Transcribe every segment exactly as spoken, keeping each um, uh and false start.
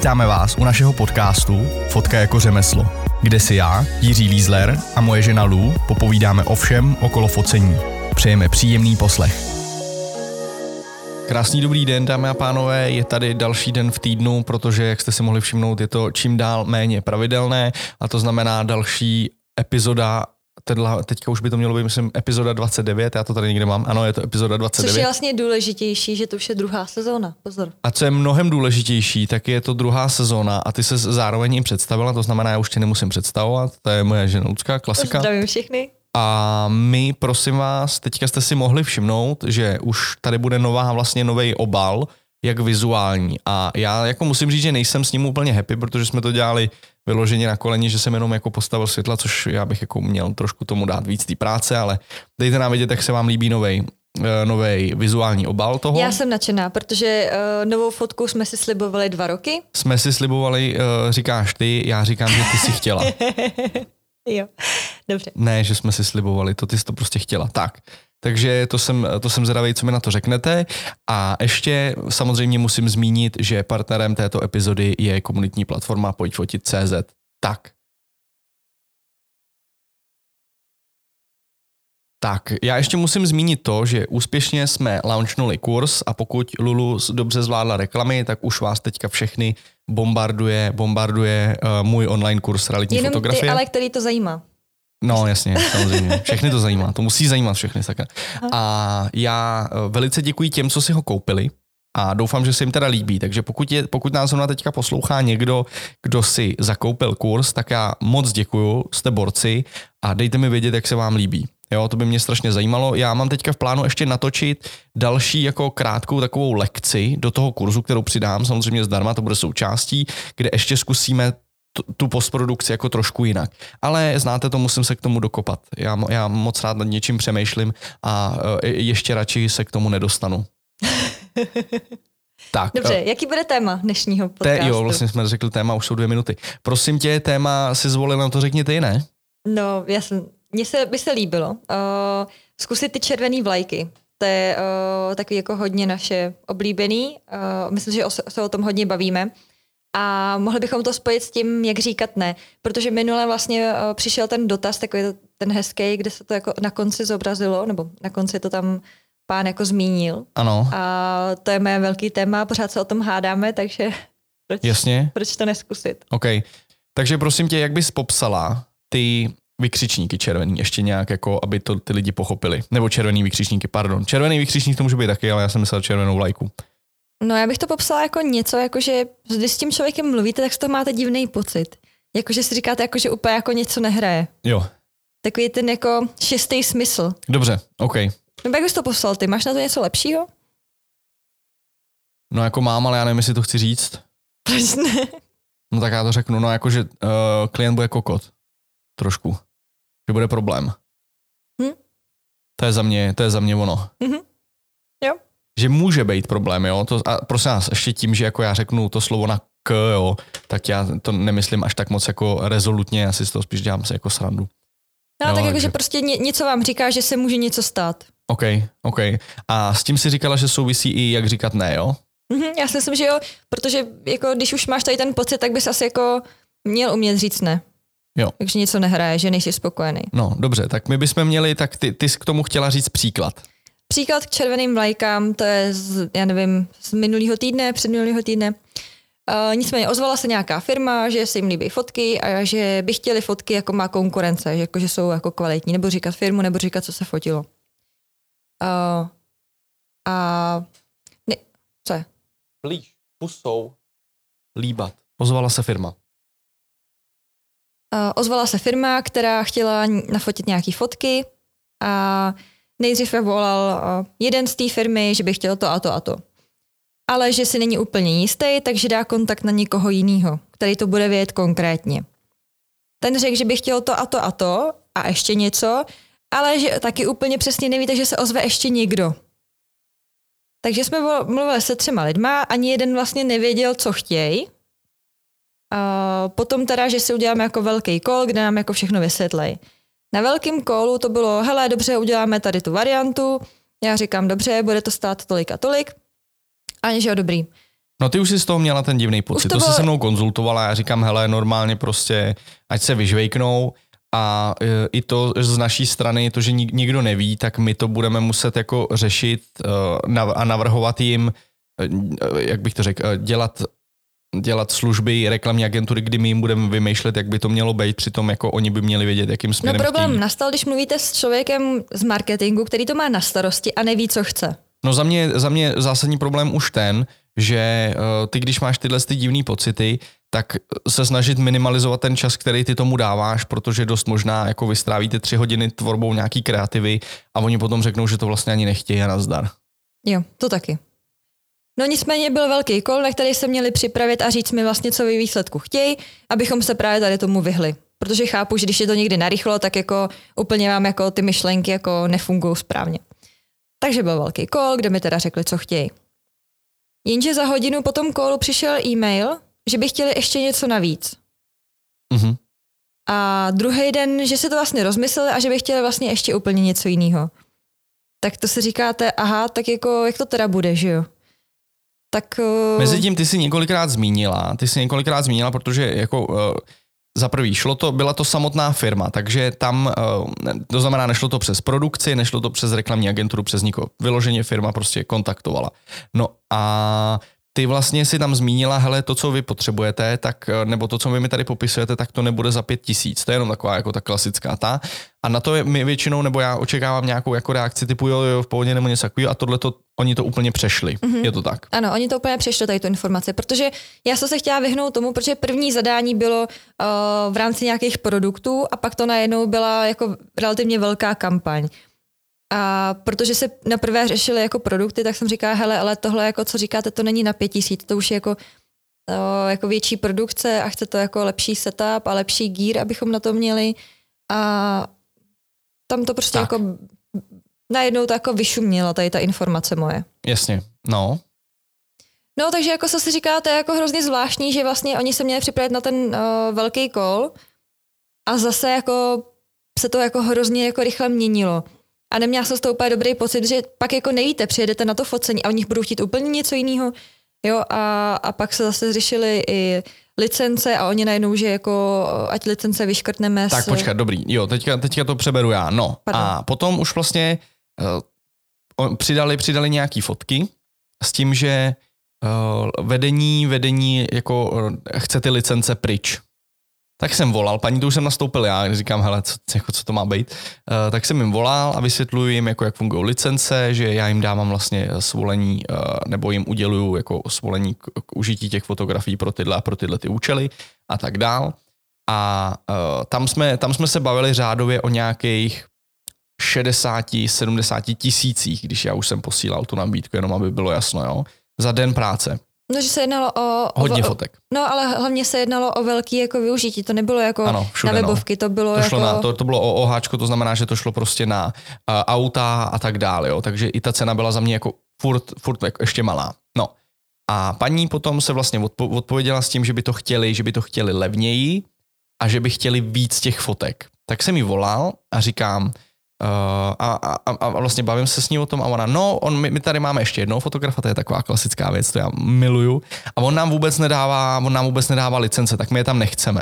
Vítáme vás u našeho podcastu Fotka jako řemeslo, kde si já, Jiří Lízler a moje žena Lou popovídáme o všem okolo focení. Přejeme příjemný poslech. Krásný dobrý den, dámy a pánové, je tady další den v týdnu, protože, jak jste si mohli všimnout, je to čím dál méně pravidelné a to znamená další epizoda. Tedla, teďka už by to mělo být, myslím, epizoda dvacet devět, já to tady někde mám, ano, je to epizoda dvacet devět. Což je vlastně důležitější, že to už je druhá sezóna, pozor. A co je mnohem důležitější, tak je to druhá sezóna a ty se zároveň jim představila, to znamená, já už tě nemusím představovat, to je moje žena Lucka, klasika. Zdravím všechny. A my, prosím vás, teďka jste si mohli všimnout, že už tady bude nová, vlastně nový obal, jak vizuální. A já jako musím říct, že nejsem s ním úplně happy, protože jsme to dělali vyloženě na koleni, že jsem jenom jako postavil světla, což já bych jako měl trošku tomu dát víc té práce, ale dejte nám vědět, jak se vám líbí novej, novej vizuální obal toho. Já jsem nadšená, protože uh, novou fotku jsme si slibovali dva roky. Jsme si slibovali, uh, říkáš ty, já říkám, že ty jsi chtěla. Jo, dobře. Ne, že jsme si slibovali, to ty jsi to prostě chtěla. Tak, takže to jsem, to jsem zvědavý, co mi na to řeknete. A ještě samozřejmě musím zmínit, že partnerem této epizody je komunitní platforma pojď fotit tečka cé zet. Tak. Tak, já ještě musím zmínit to, že úspěšně jsme launchnuli kurz a pokud Lulu dobře zvládla reklamy, tak už vás teďka všechny bombarduje, bombarduje uh, můj online kurz realitní Jenom fotografie. Jenom ty, ale který to zajímá. No jasně, samozřejmě. Všechny to zajímá. To musí zajímat všechny. Sakra. A já velice děkuji těm, co si ho koupili a doufám, že se jim teda líbí. Takže pokud, je, pokud nás zrovna teďka poslouchá někdo, kdo si zakoupil kurz, tak já moc děkuju, jste borci a dejte mi vědět, jak se vám líbí. Jo, to by mě strašně zajímalo. Já mám teďka v plánu ještě natočit další jako krátkou takovou lekci do toho kurzu, kterou přidám samozřejmě zdarma, to bude součástí, kde ještě zkusíme tu postprodukci jako trošku jinak. Ale znáte to, musím se k tomu dokopat. Já, já moc rád nad něčím přemýšlím a ještě radši se k tomu nedostanu. Tak. Dobře, uh, jaký bude téma dnešního podcastu? Té, jo, vlastně jsme řekli téma, už jsou dvě minuty. Prosím tě, téma si zvolil, na to řekni ty, ne? No, já jsem, mně se by se líbilo uh, zkusit ty červený vlajky. To je uh, takový jako hodně naše oblíbený. Uh, myslím, že o, se o tom hodně bavíme. A mohli bychom to spojit s tím, jak říkat ne. Protože minule vlastně uh, přišel ten dotaz, takový ten hezký, kde se to jako na konci zobrazilo, nebo na konci to tam pán jako zmínil. Ano. A to je mé velký téma, pořád se o tom hádáme, takže proč, Jasně. proč to neskusit? OK. Takže prosím tě, jak bys popsala ty vykřičníky červený, ještě nějak, jako, aby to ty lidi pochopili. Nebo červený vykřičníky, pardon. Červený vykřičník to může být taky, ale já jsem myslel červenou vlajku. No já bych to popsala jako něco, jako že když s tím člověkem mluvíte, tak z toho máte divný pocit. Jakože si říkáte, jako, že úplně jako něco nehraje. Jo. Takový ten jako šestý smysl. Dobře, OK. No jak bys to poslal ty? Máš na to něco lepšího? No jako mám, ale já nevím, jestli to chci říct. Proč ne? No tak já to řeknu, no jakože uh, klient bude kokot. Trošku. Že bude problém. Hm? To je za mě, to je za mě ono. Mhm. Jo. Že může být problém, jo. To, a prosím vás, ještě tím, že jako já řeknu to slovo na k, jo, tak já to nemyslím až tak moc jako rezolutně, já si z toho spíš dělám se jako srandu. No jo, tak jako, takže... že prostě ně, něco vám říká, že se může něco stát. OK, OK. A s tím si říkala, že souvisí i jak říkat ne, jo? Mhm, já si myslím, že jo, protože jako když už máš tady ten pocit, tak bys asi jako měl umět říct ne. Jo. Takže něco nehraje, že nejsi spokojený. No, dobře, tak my bychom měli, tak ty, ty jsi k tomu chtěla říct příklad. Příklad k červeným vlajkám, to je z, já nevím, z minulého týdne, předminulého týdne. Uh, nicméně ozvala se nějaká firma, že se jim líbí fotky a že by chtěli fotky, jako má konkurence, že, jako, že jsou jako kvalitní, nebo říkat firmu, nebo říkat, co se fotilo. Uh, a ne, co je? Blíž, pusou, líbat. Ozvala se firma. Uh, ozvala se firma, která chtěla nafotit nějaký fotky a nejdřív volal uh, jeden z té firmy, že by chtěl to a to a to. Ale že si není úplně jistý, takže dá kontakt na někoho jiného, který to bude vědět konkrétně. Ten řekl, že by chtěl to a to a to a ještě něco, ale že taky úplně přesně neví, takže se ozve ještě někdo. Takže jsme mluvili se třema lidma, ani jeden vlastně nevěděl, co chtějí. A potom teda, že si uděláme jako velký call, kde nám jako všechno vysvětlej. Na velkém callu to bylo, hele, dobře, uděláme tady tu variantu. Já říkám, dobře, bude to stát tolik a tolik. A že jo, dobrý. No ty už jsi z toho měla ten divný pocit, to, to jsi se mnou konzultovala, já říkám, hele, normálně prostě, ať se vyžvejknou a e, i to z naší strany, to, že nik, nikdo neví, tak my to budeme muset jako řešit e, nav, a navrhovat jim, e, jak bych to řekl, dělat dělat služby, reklamní agentury, kdy my jim budeme vymýšlet, jak by to mělo být, přitom jako oni by měli vědět, jakým směrem No problém chtějí. nastal, když mluvíte s člověkem z marketingu, který to má na starosti a neví, co chce. No za mě, za mě zásadní problém už ten, že uh, ty, když máš tyhle ty divný pocity, tak se snažit minimalizovat ten čas, který ty tomu dáváš, protože dost možná jako vystrávíte tři hodiny tvorbou nějaký kreativy a oni potom řeknou, že to vlastně ani nechtějí a nazdar. Jo, to taky. No nicméně byl velký kol, na který se měli připravit a říct mi vlastně, co vy výsledku chtějí, abychom se právě tady tomu vyhli. Protože chápu, že když je to někdy narychlo, tak jako úplně vám jako ty myšlenky jako nefungují správně. Takže byl velký kol, kde mi teda řekli, co chtějí. Jenže za hodinu po tom kolu přišel e-mail, že by chtěli ještě něco navíc. Mhm. A druhý den, že si to vlastně rozmysleli a že by chtěli vlastně ještě úplně něco jiného. Tak to si říkáte, aha, tak jako jak to teda bude, že jo? Tak, uh... Mezitím ty jsi několikrát zmínila, ty jsi několikrát zmínila, protože jako uh, za prvý šlo to, byla to samotná firma, takže tam, uh, to znamená, nešlo to přes produkci, nešlo to přes reklamní agenturu, přes nikoho. Vyloženě firma prostě kontaktovala. No a ty vlastně si tam zmínila, hele, to, co vy potřebujete, tak, nebo to, co vy mi tady popisujete, tak to nebude za pět tisíc. To je jenom taková jako ta klasická ta. A na to je, my většinou, nebo já očekávám nějakou jako reakci typu jo, jo, v pohodě nebo něco takového a tohle to, oni to úplně přešli. Mm-hmm. Je to tak? Ano, oni to úplně přešli, tady tu informaci, protože já jsem se chtěla vyhnout tomu, protože první zadání bylo uh, v rámci nějakých produktů a pak to najednou byla jako relativně velká kampaň. A protože se naprvé řešily jako produkty, tak jsem říkala, hele, ale tohle, jako co říkáte, to není na pět tisíc, to už je jako, o, jako větší produkce a chce to jako lepší setup a lepší gear, abychom na to měli. A tam to prostě tak. Jako najednou to jako vyšuměla tady ta informace moje. Jasně, no. No, takže jako se si říká, to je jako hrozně zvláštní, že vlastně oni se měli připravit na ten uh, velký call a zase jako se to jako hrozně jako rychle měnilo. A neměla jsem z toho úplně dobrý pocit, že pak jako nevíte, přijedete na to focení a oni budou chtít úplně něco jiného. Jo, a, a pak se zase řešily i licence a oni najednou, že jako ať licence vyškrtneme. Tak s... počkat, dobrý, jo, teďka, teďka to přeberu já, no. Pardon. A potom už vlastně uh, přidali, přidali nějaký fotky s tím, že uh, vedení, vedení jako uh, chce ty licence pryč. Tak jsem volal, paní, to už jsem nastoupil já, říkám, hele, co, jako, co to má být, uh, tak jsem jim volal a vysvětluji jim, jako, jak fungují licence, že já jim dávám vlastně svolení, uh, nebo jim uděluju jako svolení k, k užití těch fotografií pro tyhle a pro tyhle ty účely a tak dál. A uh, tam, jsme, tam jsme se bavili řádově o nějakých šedesát sedmdesát tisících, když já už jsem posílal tu nabídku, jenom aby bylo jasno, jo, za den práce. No, že se jednalo o... Hodně o, fotek. No, ale hlavně se jednalo o velký jako využití, to nebylo jako ano, všude, na webovky, no. to bylo to jako... Na, to, to bylo o OHčko, to znamená, že to šlo prostě na uh, auta a tak dále, jo, takže i ta cena byla za mě jako furt, furt jako ještě malá. No a paní potom se vlastně odpo- odpověděla s tím, že by to chtěli, že by to chtěli levněji a že by chtěli víc těch fotek. Tak jsem jí volal a říkám, Uh, a, a, a vlastně bavím se s ní o tom a ona, no, on, my, my tady máme ještě jednou fotografa, to je taková klasická věc, to já miluju, a on nám vůbec nedává, on nám vůbec nedává licence, tak my je tam nechceme.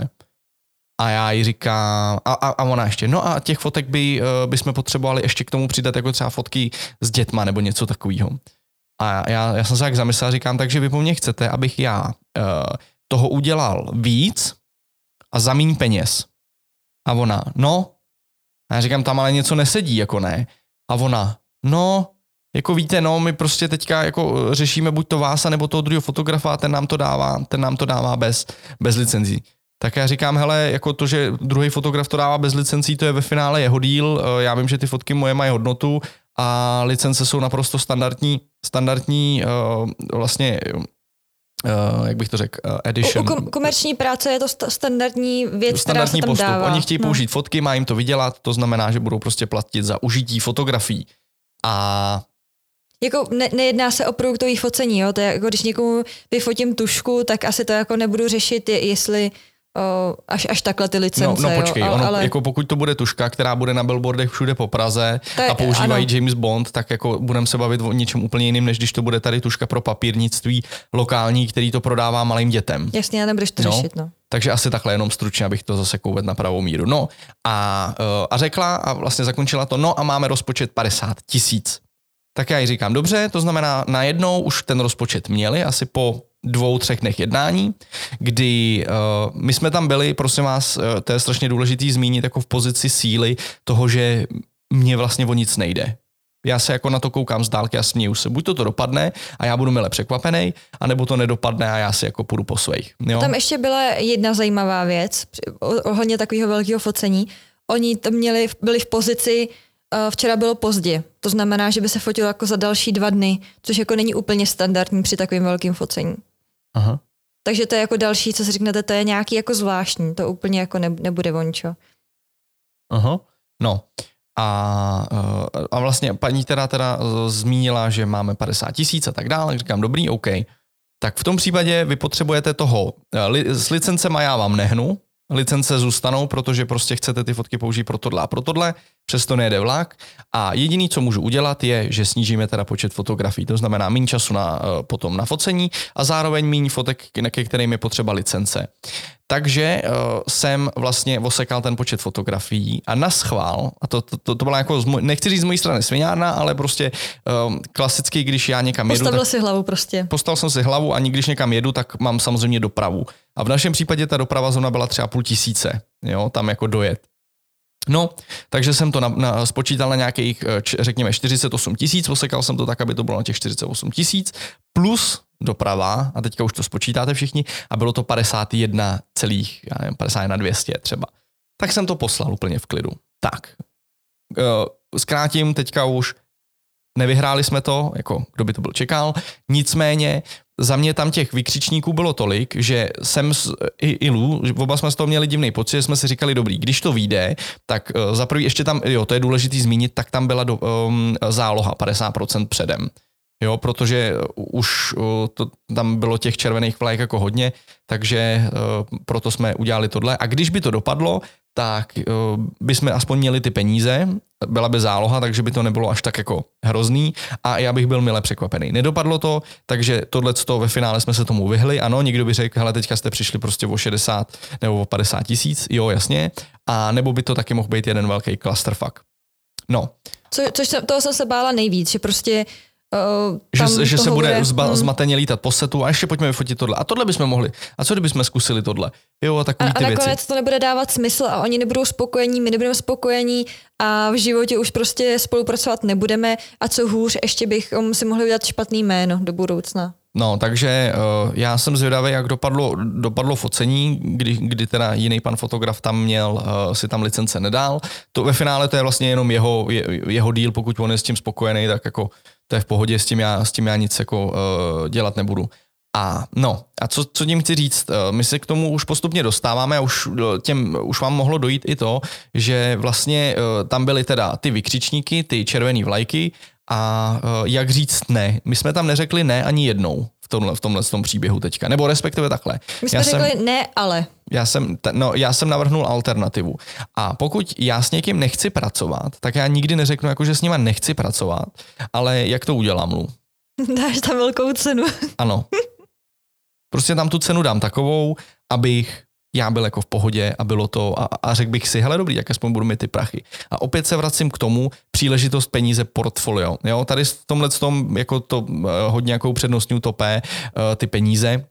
A já jí říkám, a, a, a ona ještě, no a těch fotek by, uh, bychom potřebovali ještě k tomu přidat jako třeba fotky s dětma nebo něco takového. A já, já jsem se tak zamyslel a říkám, takže vy po mně chcete, abych já uh, toho udělal víc a za míň peněz. A ona, no, a já říkám, tam ale něco nesedí, jako ne. A ona, no, jako víte, no, my prostě teďka jako řešíme buď to vás, nebo toho druhého fotografa, ten nám to dává, ten nám to dává bez, bez licenzí. Tak já říkám, hele, jako to, že druhý fotograf to dává bez licencí, to je ve finále jeho díl, já vím, že ty fotky moje mají hodnotu a licence jsou naprosto standardní, standardní uh, vlastně... Uh, jak bych to řekl, uh, edition. U, u komerční práce je to st- standardní věc, standardní která se tam postup. dává. Oni chtějí no. použít fotky, má jim to vydělat, to znamená, že budou prostě platit za užití fotografií. A jako ne, nejedná se o produktový focení, jo? To je jako když někomu vyfotím tušku, tak asi to jako nebudu řešit, jestli o, až, až takhle ty licence. No, no počkej, jo, ono, ale... jako pokud to bude tuška, která bude na billboardech všude po Praze je, a používají ano. James Bond, tak jako budeme se bavit o něčem úplně jiným, než když to bude tady tuška pro papírnictví lokální, který to prodává malým dětem. Jasně, já nebudeš to no. řešit, no. Takže asi takhle jenom stručně, abych to zase uvedl na pravou míru. No a, a řekla a vlastně zakončila to, no a máme rozpočet padesát tisíc. Tak já jí říkám, dobře, to znamená najednou už ten rozpočet měli, asi po dvou, třech dnech jednání, kdy uh, my jsme tam byli, prosím vás, uh, to je strašně důležitý zmínit, jako v pozici síly toho, že mě vlastně o nic nejde. Já se jako na to koukám z dálky a směju se. Buď to to dopadne a já budu mile překvapený, anebo to nedopadne a já si jako půjdu po svých. Jo? Tam ještě byla jedna zajímavá věc, ohledně takového velkého focení. Oni tam měli, byli v pozici, uh, včera bylo pozdě, to znamená, že by se fotilo jako za další dva dny, což jako není úplně standardní při takovým velkým focení. Aha. Takže to je jako další, co si řeknete, to je nějaký jako zvláštní, to úplně jako ne, nebude vončo. Aha, no. A, a vlastně paní teda, teda zmínila, že máme padesát tisíc a tak dále, říkám, dobrý, OK. Tak v tom případě vy potřebujete toho, s licencema já vám nehnu, licence zůstanou, protože prostě chcete ty fotky použít pro tohle a pro tohle, přesto nejede vlak a jediný, co můžu udělat, je, že snížíme teda počet fotografií, to znamená méně času na, potom na focení a zároveň méně fotek, ke kterým je potřeba licence. Takže uh, jsem vlastně osekal ten počet fotografií a naschvál, a to, to, to, to byla jako, můj, nechci říct z mojí strany sviňárna, ale prostě um, klasicky, když já někam jedu... Postavil tak, si hlavu prostě. Postavil jsem si hlavu a když někam jedu, tak mám samozřejmě dopravu. A v našem případě ta doprava zóna byla třeba půl tisíce, jo, tam jako dojet. No, takže jsem to na, na, spočítal na nějakých, řekněme, čtyřicet osm tisíc, osekal jsem to tak, aby to bylo na těch čtyřicet osm tisíc, plus doprava, a teďka už to spočítáte všichni, a bylo to padesát jedna celých, já nevím, padesát jedna dvě stě třeba. Tak jsem to poslal úplně v klidu. Tak, zkrátím, teďka už nevyhráli jsme to, jako kdo by to byl čekal, nicméně za mě tam těch vykřičníků bylo tolik, že jsem i, i Lu, oba jsme z toho měli divný pocit, že jsme si říkali, dobrý, když to vyjde, tak uh, za prvý ještě tam, jo, to je důležitý zmínit, tak tam byla do, um, záloha padesát procent předem. Jo, protože už uh, to, tam bylo těch červených vlajek jako hodně, takže uh, proto jsme udělali tohle. A když by to dopadlo, tak uh, bychom aspoň měli ty peníze, byla by záloha, takže by to nebylo až tak jako hrozný a já bych byl mile překvapený. Nedopadlo to, takže tohleto ve finále jsme se tomu vyhli. Ano, někdo by řekl, hele, teďka jste přišli prostě o šedesát nebo o padesát tisíc, jo, jasně, a nebo by to taky mohl být jeden velký clusterfuck. No. Co, což jsem, toho jsem se bála nejvíc, že prostě Uh, že že se bude bude, zba, hmm. zmateně lítat po setu a ještě pojďme vyfotit tohle. A tohle bychom mohli. A co kdybychom zkusili tohle? Jo, a takový a, ty a věci. A nakonec to nebude dávat smysl a oni nebudou spokojení, my nebudeme spokojení a v životě už prostě spolupracovat nebudeme a co hůř, ještě bychom si mohli udělat špatný jméno do budoucna. No, takže uh, já jsem zvědavý, jak dopadlo, dopadlo focení, kdy, kdy teda jiný pan fotograf tam měl, uh, si tam licence nedal. To ve finále to je vlastně jenom jeho, je, jeho deal, pokud on je s tím spokojený, tak jako to je v pohodě, s tím já, s tím já nic jako uh, dělat nebudu. A no, a co, co tím chci říct, uh, my se k tomu už postupně dostáváme a už, těm, už vám mohlo dojít i to, že vlastně uh, tam byly teda ty vykřičníky, ty červený vlajky a uh, jak říct ne. My jsme tam neřekli ne ani jednou v tomhle, v tomhle tom příběhu teďka, nebo respektive takhle. My jsme já řekli jsem, ne, ale. Já jsem, no, já jsem navrhnul alternativu. A pokud já s někým nechci pracovat, tak já nikdy neřeknu, jako, že s nima nechci pracovat, ale jak to udělám, Lu? Dáš tam velkou cenu. Ano. Prostě tam tu cenu dám takovou, abych já byl jako v pohodě a bylo to a, a řekl bych si, hele dobrý, jak aspoň budu mít ty prachy. A opět se vracím k tomu, příležitost, peníze, portfolio. Jo, tady v tomhle tom jako to uh, hodně jakou přednostní topé uh, ty peníze,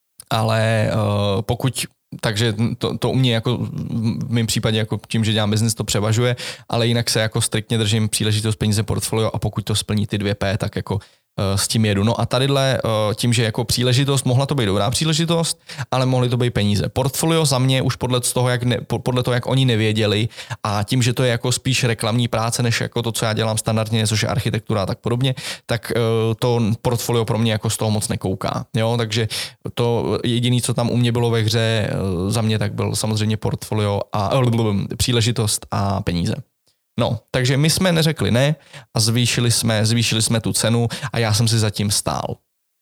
ale uh, pokud takže to, to u mě jako v mém případě jako tím, že dělám business, to převažuje, ale jinak se jako striktně držím příležitost, peníze, portfolio a pokud to splní ty dvě P, tak jako s tím jedu. No a tadyhle tím, že jako příležitost, mohla to být dobrá příležitost, ale mohly to být peníze. Portfolio za mě už podle toho, jak, ne, podle toho, jak oni nevěděli a tím, že to je jako spíš reklamní práce, než jako to, co já dělám standardně, což je architektura a tak podobně, tak to portfolio pro mě jako z toho moc nekouká. Jo? Takže to jediné, co tam u mě bylo ve hře, za mě tak byl samozřejmě portfolio a příležitost a peníze. No, takže my jsme neřekli ne a zvýšili jsme, zvýšili jsme tu cenu a já jsem si zatím stál.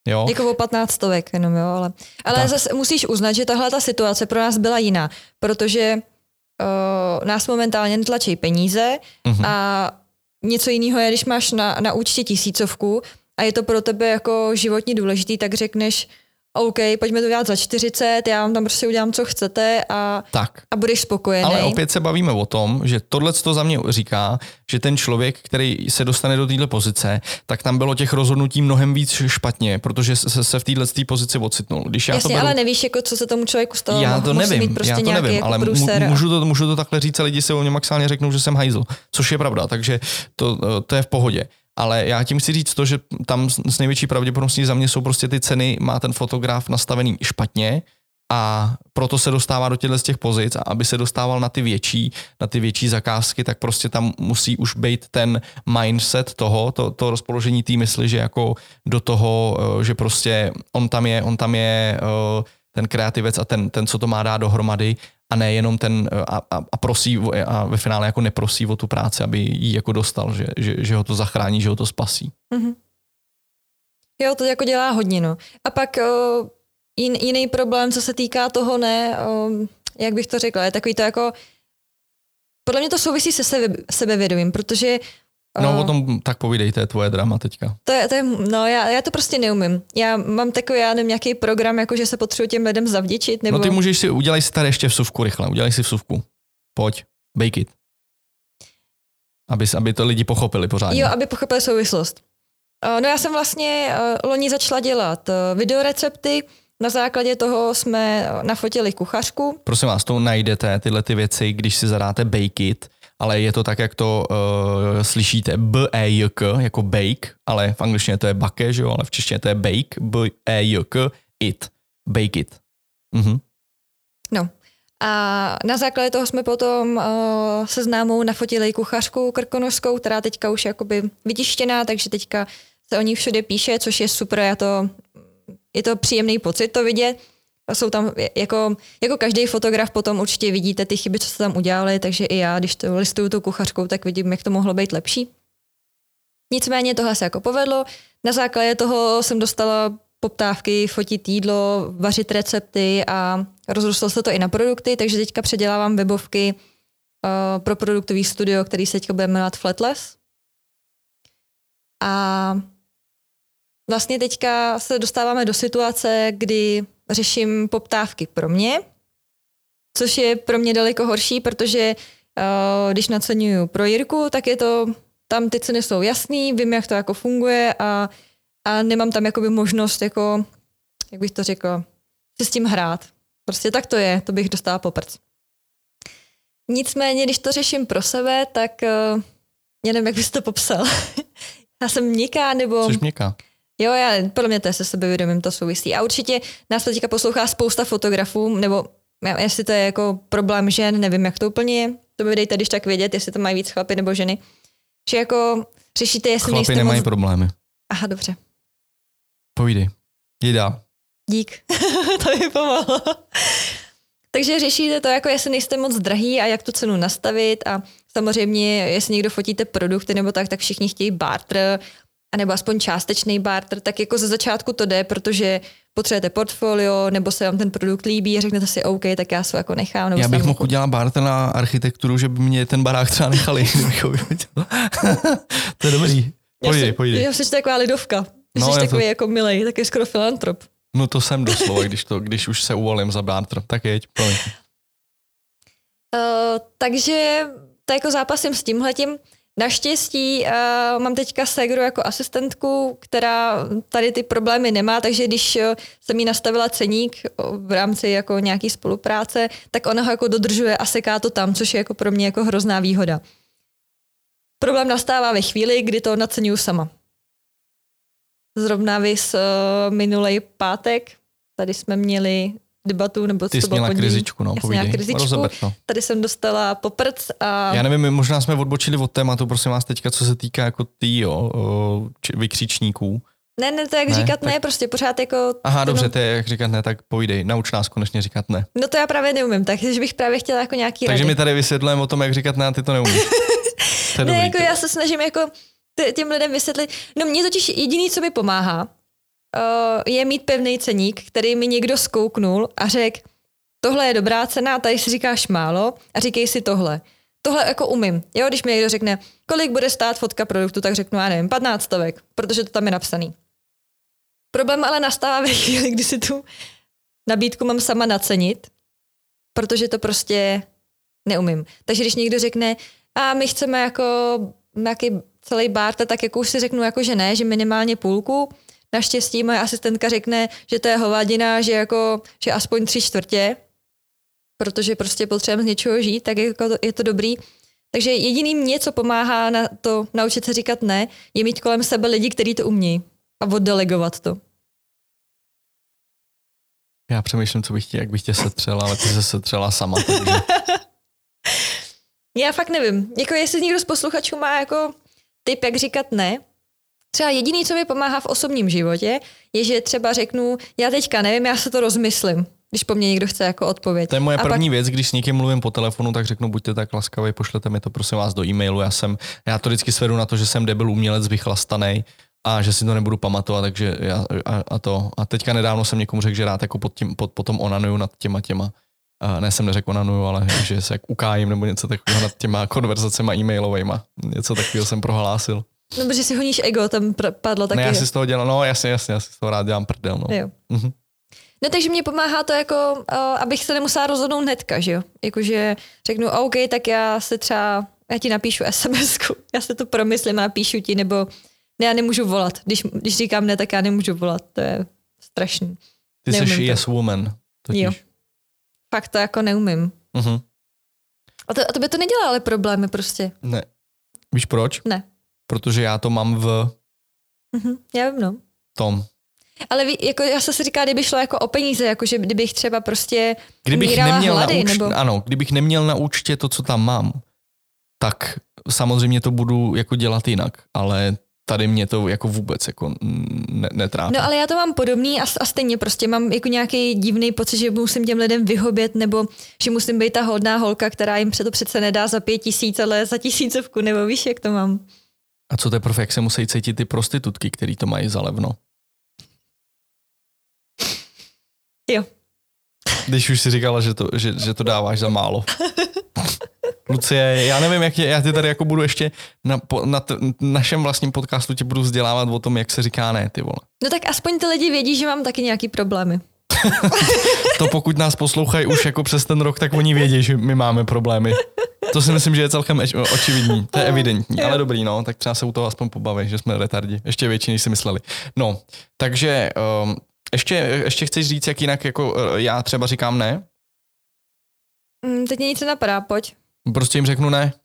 Jo? Jako o patnáct stovek jenom, jo, ale, ale zase musíš uznat, že tahle ta situace pro nás byla jiná, protože uh, nás momentálně netlačí peníze uh-huh. a něco jiného je, když máš na, na účtě tisícovku a je to pro tebe jako životně důležitý, tak řekneš OK, pojďme to dělat za čtyřicet, já vám tam prostě udělám, co chcete a, tak. a budeš spokojený. Ale opět se bavíme o tom, že tohle to za mě říká, že ten člověk, který se dostane do této pozice, tak tam bylo těch rozhodnutí mnohem víc špatně, protože se, se v této pozici ocitnul. Když já Jasně, to beru, ale nevíš, jako, co se tomu člověku stalo. Já to Musí nevím, prostě já to nevím, jako ale průser. můžu to, můžu to takhle říct a lidi si o mě maximálně řeknou, že jsem hajzl, což je pravda, takže to, to je v pohodě. Ale já tím chci říct to, že tam s největší pravděpodobností za mě jsou prostě ty ceny, má ten fotograf nastavený špatně a proto se dostává do těchto z těch pozic a aby se dostával na ty větší, na ty větší zakázky, tak prostě tam musí už být ten mindset toho, to, to rozpoložení té mysli, že jako do toho, že prostě on tam je, on tam je ten kreativec a ten, ten co to má dát dohromady a ne jenom ten a, a, a prosí a ve finále jako neprosí o tu práci, aby ji jako dostal, že, že, že ho to zachrání, že ho to spasí. Mm-hmm. Jo, to jako dělá hodně, no. A pak o, jin, jiný problém, co se týká toho, ne, o, jak bych to řekla, je takový to jako, podle mě to souvisí se sebe, sebevědomím, protože No o tom tak povídej, to je tvoje drama teďka. To je, to je, no já, já to prostě neumím. Já mám takový, já nevím, nějaký program, jako že se potřebuji těm lidem zavděčit, nebo... No ty můžeš si, udělej si tady ještě vsuvku rychle, udělej si vsuvku. Pojď, bake it. Aby, aby to lidi pochopili pořádně. Jo, aby pochopili souvislost. No já jsem vlastně loni začala dělat videorecepty, na základě toho jsme nafotili kuchařku. Prosím vás, to najdete tyhle ty věci, když si zadáte bake it, ale je to tak, jak to uh, slyšíte, B-E-J-K, jako bake, ale v angličtině to je bake, že jo, ale v češtině to je bake, B-E-J-K, it, bake it. Mhm. No a na základě toho jsme potom uh, se známou nafotili kuchařku krkonožskou, která teďka už je jakoby vytištěná, takže teďka se o ní všude píše, což je super, já to, je to příjemný pocit to vidět. Jsou tam, jako, jako každý fotograf potom určitě vidíte ty chyby, co se tam udělali, takže i já, když to listuju tou kuchařkou, tak vidím, jak to mohlo být lepší. Nicméně tohle se jako povedlo. Na základě toho jsem dostala poptávky fotit jídlo, vařit recepty a rozrostlo se to i na produkty, takže teďka předělávám webovky uh, pro produktový studio, který se teďka bude jmenovat Flatless. A vlastně teďka se dostáváme do situace, kdy řeším poptávky pro mě, což je pro mě daleko horší, protože uh, když naceňuju pro Jirku, tak je to, tam ty ceny jsou jasný, vím, jak to jako funguje a, a nemám tam jakoby možnost, jako, jak bych to řekla, si s tím hrát. Prostě tak to je, to bych dostala poprc. Nicméně, když to řeším pro sebe, tak uh, já nevím, jak bys to popsal. Já jsem měkká, nebo... Což měkká? Jo, já, podle mě to je se sebevědomím, to souvisí. A určitě nás teďka poslouchá spousta fotografů, nebo jestli to je jako problém žen, nevím, jak to úplně je. To mi dejte, když tak vědět, jestli to mají víc chlapy nebo ženy. Že jako řešíte, jestli chlapi nejste nemají moc... problémy. Aha, dobře. Povídej. Jdi dál. Dík. To mi pomohlo. Takže řešíte to, jako jestli nejste moc drahý a jak tu cenu nastavit a samozřejmě, jestli někdo fotíte produkty nebo tak, tak všichni chtějí barter, anebo aspoň částečný barter, tak jako ze začátku to jde, protože potřebujete portfolio, nebo se vám ten produkt líbí a řeknete si OK, tak já se jako nechám. Nebo já bych mohl jako... udělat barter na architekturu, že by mě ten barák třeba nechali. To je dobrý. Pojdej, pojdej. Já jsem taková lidovka. No, jsi takový to... jako milej, taky skoro filantrop. No to jsem doslova, když, to, když už se uvolím za barter. Tak jeď, pojď. Uh, takže to jako zápasím s tímhletím. Naštěstí uh, mám teďka ségru jako asistentku, která tady ty problémy nemá, takže když uh, jsem jí nastavila ceník v rámci jako nějaký spolupráce, tak ona ho jako dodržuje a seká to tam, což je jako pro mě jako hrozná výhoda. Problém nastává ve chvíli, kdy to naceňuju sama. Zrovna vys uh, minulej pátek, tady jsme měli debatu, nebo ty jsi měla krizičku, no, povídej. Krizičku. Tady jsem dostala poprc a... Já nevím, možná jsme odbočili od tématu, prosím vás teďka, co se týká jako tý, jo, vykřičníků. Ne, ne, to jak ne, říkat tak... ne, prostě pořád jako... Aha, to dobře, no... to je jak říkat ne, tak povídej, nauč nás konečně říkat ne. No to já právě neumím, takže bych právě chtěla jako nějaký Takže rady. mi tady vysvětlujeme o tom, jak říkat ne, a ty to neumíš. To ne, dobrý, jako to. Já se snažím jako těm lidem vysvětlit, no mně totiž jediný, co mi pomáhá, uh, je mít pevný ceník, který mi někdo zkouknul a řekl, tohle je dobrá cena, tady si říkáš málo a říkej si tohle. Tohle jako umím. Jo, když mi někdo řekne, kolik bude stát fotka produktu, tak řeknu, já nevím, patnáct stovek, protože to tam je napsaný. Problém ale nastává ve chvíli, kdy si tu nabídku mám sama nacenit, protože to prostě neumím. Takže když někdo řekne, a my chceme jako nějaký celý bárta, tak jako už si řeknu, jako, že ne, že minimálně půlku. Naštěstí moje asistentka řekne, že to je hovadina, že, jako, že aspoň tři čtvrtě, protože prostě potřebujeme z něčeho žít, tak jako to, je to dobrý. Takže jediný mě, co pomáhá na to naučit se říkat ne, je mít kolem sebe lidi, kteří to umí a oddelegovat to. Já přemýšlím, co bych tě, jak bych tě setřela, ale ty se setřela sama. Takže... Já fakt nevím. Jako jestli někdo z posluchačů má jako tip, jak říkat ne. Třeba jediný, co mi pomáhá v osobním životě, je, že třeba řeknu, já teďka nevím, já se to rozmyslím, když po mně někdo chce jako odpověď. To je moje a první pak... věc, když s někým mluvím po telefonu, tak řeknu, buďte tak laskaví, pošlete mi to prosím vás do e-mailu. Já jsem, já to vždycky svedu na to, že jsem debil umělec vychlastanej a že si to nebudu pamatovat, takže já a, a to. A teďka nedávno jsem někomu řekl, že rád jako pod tím, pod, potom onanuju nad těma těma. Uh, ne, jsem neřekl onanuju, ale že se jak ukájím nebo něco takového nad těma konverzacema e-mailovejma. Něco takového jsem prohlásil. No, protože si honíš ego, tam pr- padlo taky. Ne, já si z toho dělám, no jasně, jasně, já si z toho rád dělám prdel, no. Jo. Mhm. No takže mě pomáhá to jako, uh, abych se nemusela rozhodnout hnedka, že jo. Jakože řeknu, OK, tak já se třeba, já ti napíšu SMSku, já se to promyslím a napíšu ti, nebo ne, já nemůžu volat. Když, když říkám ne, tak já nemůžu volat, to je strašný. Ty neumím jsi to. yes woman. Totiž. Jo. Fakt to jako neumím. Mhm. A, to, a to by to nedělá ale problémy prostě. Ne. Víš proč? Ne. Protože já to mám v Mhm, já vím, no. tom. Ale ví, jako já se si říká, kdyby šlo jako o peníze, jakože kdybych třeba prostě Kdybych umírala neměl hlady, na účtě, nebo... ano, kdybych neměl na účtě to, co tam mám, tak samozřejmě to budu jako dělat jinak, ale tady mě to jako vůbec jako ne, netrápí. No ale já to mám podobný a, a stejně prostě mám jako nějaký divný pocit, že musím těm lidem vyhobět, nebo že musím být ta hodná holka, která jim to přece nedá za pět tisíc, ale za tisícovku, nebo víš, jak to mám. A co teprve, jak se musí cítit ty prostitutky, který to mají za levno? Jo. Když už si říkala, že to, že, že to dáváš za málo. Lucie, já nevím, jak tě, já ty tady jako budu ještě na, na t, našem vlastním podcastu tě budu vzdělávat o tom, jak se říká ne, ty vole. No tak aspoň ty lidi vědí, že mám taky nějaký problémy. To pokud nás poslouchají už jako přes ten rok, tak oni vědí, že my máme problémy. To si myslím, že je celkem očividní, to je evidentní, ale dobrý, no, tak třeba se u toho aspoň pobaví, že jsme retardi, ještě větší, než si mysleli. No, takže um, ještě, ještě chceš říct, jak jinak jako já třeba říkám ne? Mm, teď mě nic nenapadá, pojď. Prostě jim řeknu ne.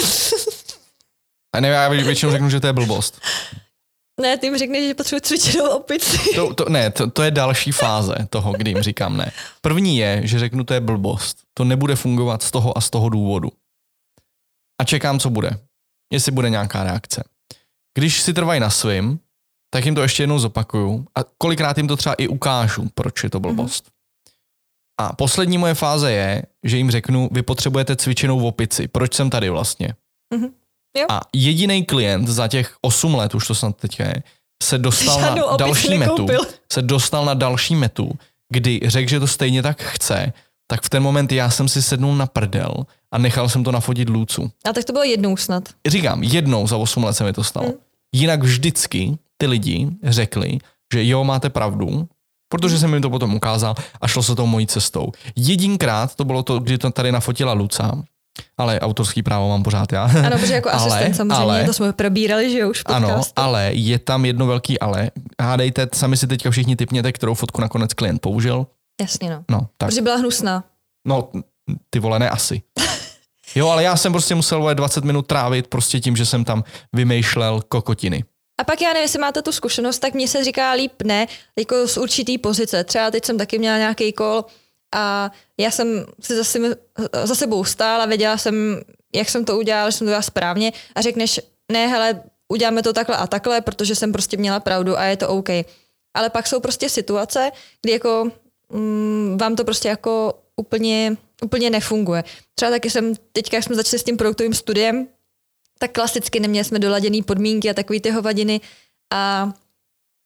A ne, já většinou řeknu, že to je blbost. Ne, ty jim řekneš, že potřebuji cvičenou opici. To, to, ne, to, to je další fáze toho, kdy jim říkám ne. První je, že řeknu, to je blbost. To nebude fungovat z toho a z toho důvodu. A čekám, co bude. Jestli bude nějaká reakce. Když si trvají na svým, tak jim to ještě jednou zopakuju a kolikrát jim to třeba i ukážu, proč je to blbost. Mm-hmm. A poslední moje fáze je, že jim řeknu, vy potřebujete cvičenou opici. Proč jsem tady vlastně? Mm-hmm. Jo. A jediný klient za těch osm let, už to snad teďka je, se dostal na další metu, se dostal na další metu, kdy řekl, že to stejně tak chce, tak v ten moment já jsem si sednul na prdel a nechal jsem to nafotit Lucu. A tak to bylo jednou snad. Říkám, jednou za osm let se mi to stalo. Mm. Jinak vždycky ty lidi řekli, že jo, máte pravdu, protože jsem jim to potom ukázal a šlo se tou mojí cestou. Jedinkrát to bylo to, kdy to tady nafotila Luca, ale autorský právo mám pořád já. Ano, protože jako ale, asistent samozřejmě, ale, to jsme probírali, že jo, už podcast. Ano, ale je tam jedno velký ale. Hádejte, sami si teďka všichni tipněte, kterou fotku nakonec klient použil. Jasně, no. No, tak. Protože byla hnusná. No, ty vole, ne asi. Jo, ale já jsem prostě musel dvacet minut trávit prostě tím, že jsem tam vymýšlel kokotiny. A pak já nevím, jestli máte tu zkušenost, tak mně se říká líp ne, jako z určitý pozice. Třeba teď jsem taky měla nějaký kol a já jsem si za, si, za sebou stála, věděla jsem, jak jsem to udělala, že jsem to udělala správně a řekneš, ne, hele, uděláme to takhle a takhle, protože jsem prostě měla pravdu a je to OK. Ale pak jsou prostě situace, kdy jako mm, vám to prostě jako úplně, úplně nefunguje. Třeba taky jsem, teďka jak jsme začali s tím produktovým studiem, tak klasicky neměli jsme doladěný podmínky a takový ty hovadiny a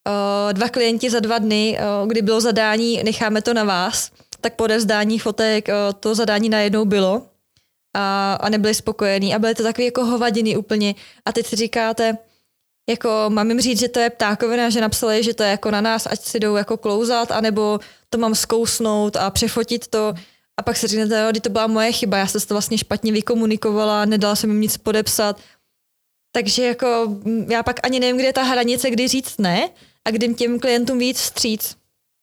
dva klienti za dva dny, kdy bylo zadání, necháme to na vás, tak po odevzdání fotek to zadání najednou bylo a, a nebyli spokojení a byly to takový jako hovadiny úplně a teď si říkáte, jako mám jim říct, že to je ptákovina, že napsali, že to je jako na nás, ať si jdou jako klouzat, anebo to mám zkousnout a přefotit to a pak se říkáte, jo, to byla moje chyba, já jsem to vlastně špatně vykomunikovala, nedala jsem jim nic podepsat. Takže jako já pak ani nevím, kde je ta hranice, kdy říct ne a kdy těm klientům víc vstříc.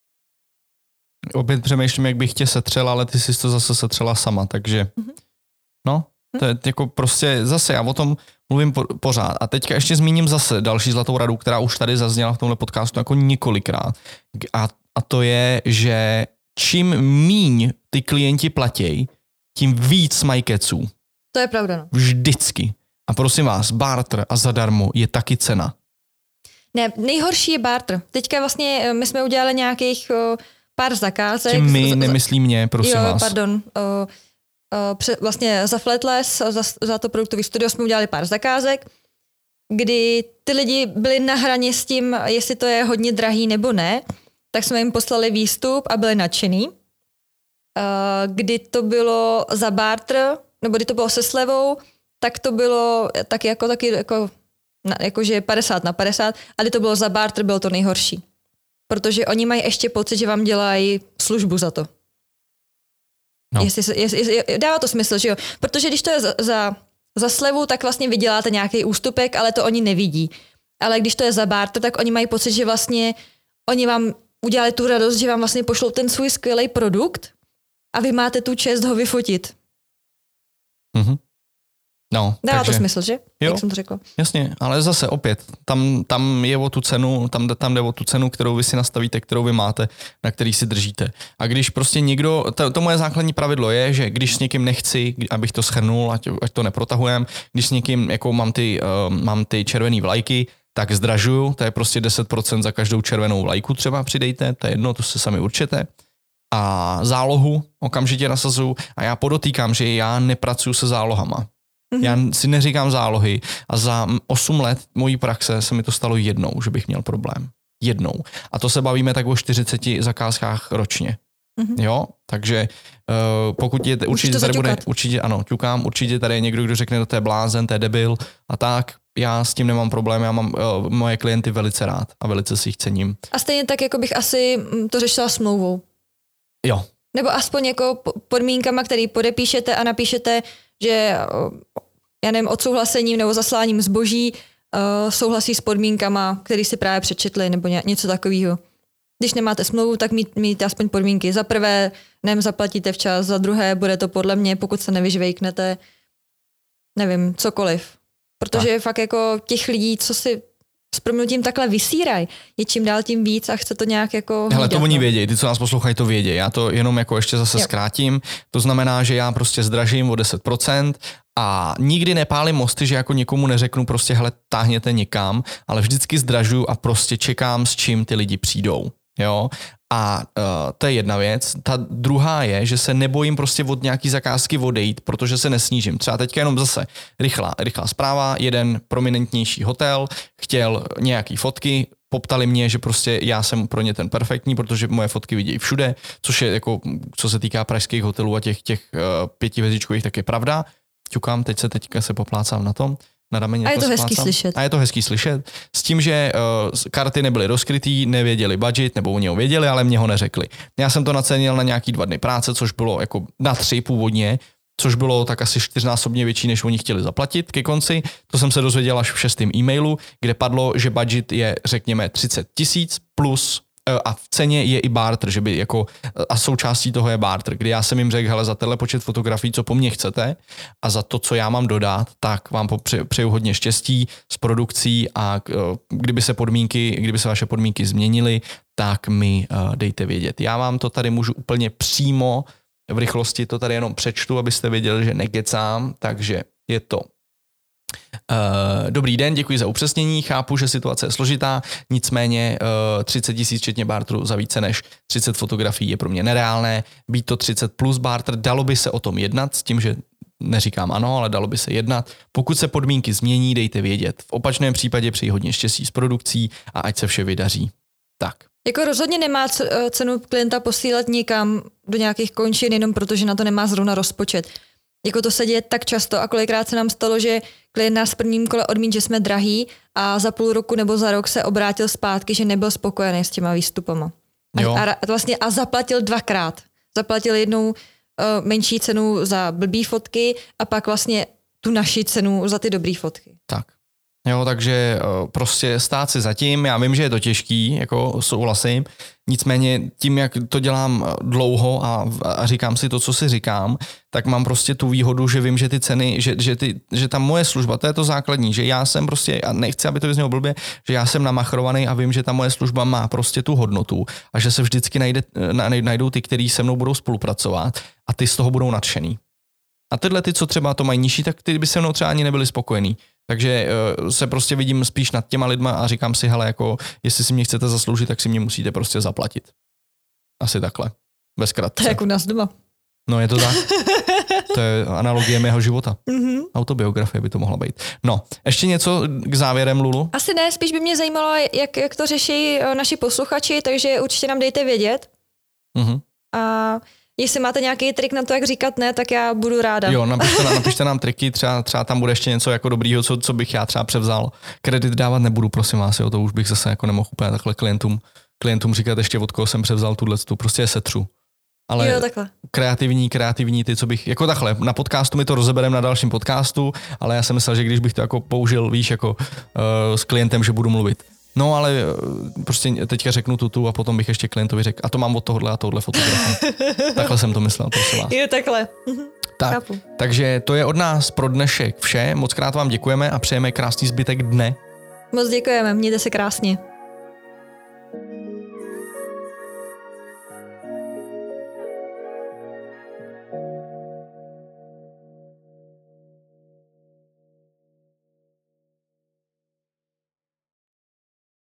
Opět přemýšlím, jak bych tě setřela, ale ty jsi to zase setřela sama, takže mm-hmm. no, to je jako prostě zase já o tom mluvím po, pořád. A teďka ještě zmíním zase další zlatou radu, která už tady zazněla v tomhle podcastu jako několikrát. A, a to je, že čím míň ty klienti platí, tím víc mají keců. To je pravda. No. Vždycky. A prosím vás, barter a zadarmo je taky cena. Ne, nejhorší je barter. Teďka vlastně my jsme udělali nějakých o, pár zakázek. Tím my, nemyslí mě, prosím jo, vás. pardon. O, o, pře, vlastně za Flatless, za, za to produktový studio jsme udělali pár zakázek, kdy ty lidi byli na hraně s tím, jestli to je hodně drahý nebo ne, tak jsme jim poslali výstup a byli nadšený. O, kdy to bylo za barter, nebo kdy to bylo se slevou, tak to bylo taky jako, taky jako, jakože padesát na padesát, ale to bylo za barter, bylo to nejhorší. Protože oni mají ještě pocit, že vám dělají službu za to. No. Jestli, jestli, jestli, dává to smysl, že jo? Protože když to je za, za, za slevu, tak vlastně vyděláte nějaký ústupek, ale to oni nevidí. Ale když to je za barter, tak oni mají pocit, že vlastně oni vám udělali tu radost, že vám vlastně pošlou ten svůj skvělý produkt a vy máte tu čest ho vyfotit. Mhm. No, dává takže, to smysl, že? Jo, jak jsem to řekla. Jasně, ale zase opět, tam, tam je o tu cenu, tam, tam jde o tu cenu, kterou vy si nastavíte, kterou vy máte, na který si držíte. A když prostě někdo, to, to moje základní pravidlo je, že když s někým nechci, abych to shrnul, ať, ať to neprotahujem, když s někým, jako mám ty, uh, mám ty červený vlajky, tak zdražuju, to je prostě deset procent za každou červenou vlajku třeba přidejte, to je jedno, to se sami určite. A zálohu okamžitě nasazuju a já podotýkám, že já nepracuju se zálohama. Já si neříkám zálohy a za osm let mojí praxe se mi to stalo jednou, že bych měl problém. Jednou. A to se bavíme tak o čtyřiceti zakázkách ročně. Mm-hmm. Jo? Takže uh, pokud je, určitě tady bude, určitě ano, ťukám, určitě tady je někdo, kdo řekne, no to je blázen, to je debil a tak, já s tím nemám problém, já mám uh, moje klienty velice rád a velice si jich cením. A stejně tak, jako bych asi to řešila smlouvou. Jo. Nebo aspoň jako podmínkama, který podepíšete a napíšete, že já nevím, odsouhlasením nebo zasláním zboží uh, souhlasí s podmínkama, který si právě přečetli nebo ně, něco takového. Když nemáte smlouvu, tak mít, mít aspoň podmínky. Za prvé, nevím, zaplatíte včas, za druhé, bude to podle mě, pokud se nevyžvejknete, nevím, cokoliv. Protože je fakt jako těch lidí, co si s proměnutím takhle vysírají, je čím dál tím víc a chce to nějak jako... Hele, to oni vědějí, ty, co nás poslouchají, to vědějí. Já to jenom jako ještě zase jo. zkrátím. To znamená, že já prostě zdražím o deset procent a nikdy nepálím mosty, že jako někomu neřeknu prostě, hele, táhněte někam, ale vždycky zdražuju a prostě čekám, s čím ty lidi přijdou. Jo? A uh, to je jedna věc. Ta druhá je, že se nebojím prostě od nějaký zakázky odejít, protože se nesnížím. Třeba teďka jenom zase rychlá, rychlá zpráva, jeden prominentnější hotel chtěl nějaký fotky, poptali mě, že prostě já jsem pro ně ten perfektní, protože moje fotky vidějí všude, což je jako, co se týká pražských hotelů a těch, těch uh, pětihvězdičkových, tak je pravda. Ťukám, teď se teďka se poplácám na tom. Na rameně a je to splácám. hezký slyšet. A je to hezký slyšet. S tím, že uh, karty nebyly rozkrytý, nevěděli budget, nebo oni ho věděli, ale mě ho neřekli. Já jsem to nacenil na nějaký dva dny práce, což bylo jako na tři původně, což bylo tak asi čtyřnásobně větší, než oni chtěli zaplatit ke konci. To jsem se dozvěděl až v šestém e-mailu, kde padlo, že budget je, řekněme, třicet tisíc plus a v ceně je i barter, že by jako, a součástí toho je barter, kdy já jsem jim řekl, hele, za tenhle počet fotografií, co po mně chcete a za to, co já mám dodat, tak vám přeju hodně štěstí s produkcí a kdyby se podmínky, kdyby se vaše podmínky změnily, tak mi dejte vědět. Já vám to tady můžu úplně přímo v rychlosti to tady jenom přečtu, abyste věděli, že nekecám, takže je to Uh, dobrý den, děkuji za upřesnění, chápu, že situace je složitá, nicméně uh, třicet tisíc včetně barteru za více než třicet fotografií je pro mě nereálné, být to třicet plus barter, dalo by se o tom jednat s tím, že neříkám ano, ale dalo by se jednat. Pokud se podmínky změní, dejte vědět. V opačném případě přeji hodně štěstí s produkcí a ať se vše vydaří. Tak. Jako rozhodně nemá cenu klienta posílat nikam do nějakých končin, jenom protože na to nemá zrovna rozpočet. Jako to se děje tak často a kolikrát se nám stalo, že klient nás v prvním kole odmít, že jsme drahý a za půl roku nebo za rok se obrátil zpátky, že nebyl spokojený s těma výstupama. A, a, vlastně, a zaplatil dvakrát. Zaplatil jednou uh, menší cenu za blbý fotky a pak vlastně tu naši cenu za ty dobrý fotky. Tak. Jo, takže prostě stát si zatím, já vím, že je to těžký, jako souhlasím, nicméně tím, jak to dělám dlouho a, a říkám si to, co si říkám, tak mám prostě tu výhodu, že vím, že ty ceny, že, že, ty, že ta moje služba, to je to základní, že já jsem prostě, a nechci, aby to vyznělo blbě, že já jsem namachrovaný a vím, že ta moje služba má prostě tu hodnotu a že se vždycky najde, najdou ty, kteří se mnou budou spolupracovat a ty z toho budou nadšený. A tyhle ty, co třeba to mají nižší, tak ty by se mnou třeba ani nebyli spokojení. Takže uh, se prostě vidím spíš nad těma lidma a říkám si, hele, jako, jestli si mě chcete zasloužit, tak si mě musíte prostě zaplatit. Asi takhle. Ve zkratce. To je jako u nás doma. No je to tak. To je analogie mého života. Mm-hmm. Autobiografie by to mohla být. No, ještě něco k závěrem, Lulu? Asi ne, spíš by mě zajímalo, jak, jak to řeší naši posluchači, takže určitě nám dejte vědět. Mm-hmm. A jestli máte nějaký trik na to, jak říkat ne, tak já budu ráda. Jo, napište, napište nám triky, třeba, třeba tam bude ještě něco jako dobrýho, co, co bych já třeba převzal. Kredit dávat nebudu, prosím vás, jo, to už bych zase jako nemohl úplně takhle klientům, klientům říkat ještě, od koho jsem převzal tuhle, prostě je setřu. Ale jo, takhle. kreativní, kreativní ty, co bych, jako takhle, na podcastu my to rozebereme na dalším podcastu, ale já jsem myslel, že když bych to jako použil, víš, jako uh, s klientem, že budu mluvit. No ale prostě teďka řeknu tutu a potom bych ještě klientovi řekl, a to mám od tohohle a tohohle fotografu. Takhle jsem to myslel, prosím vás. Jo, takhle. Tak, takže to je od nás pro dnešek vše. Moc krát vám děkujeme a přejeme krásný zbytek dne. Moc děkujeme, mějte se krásně.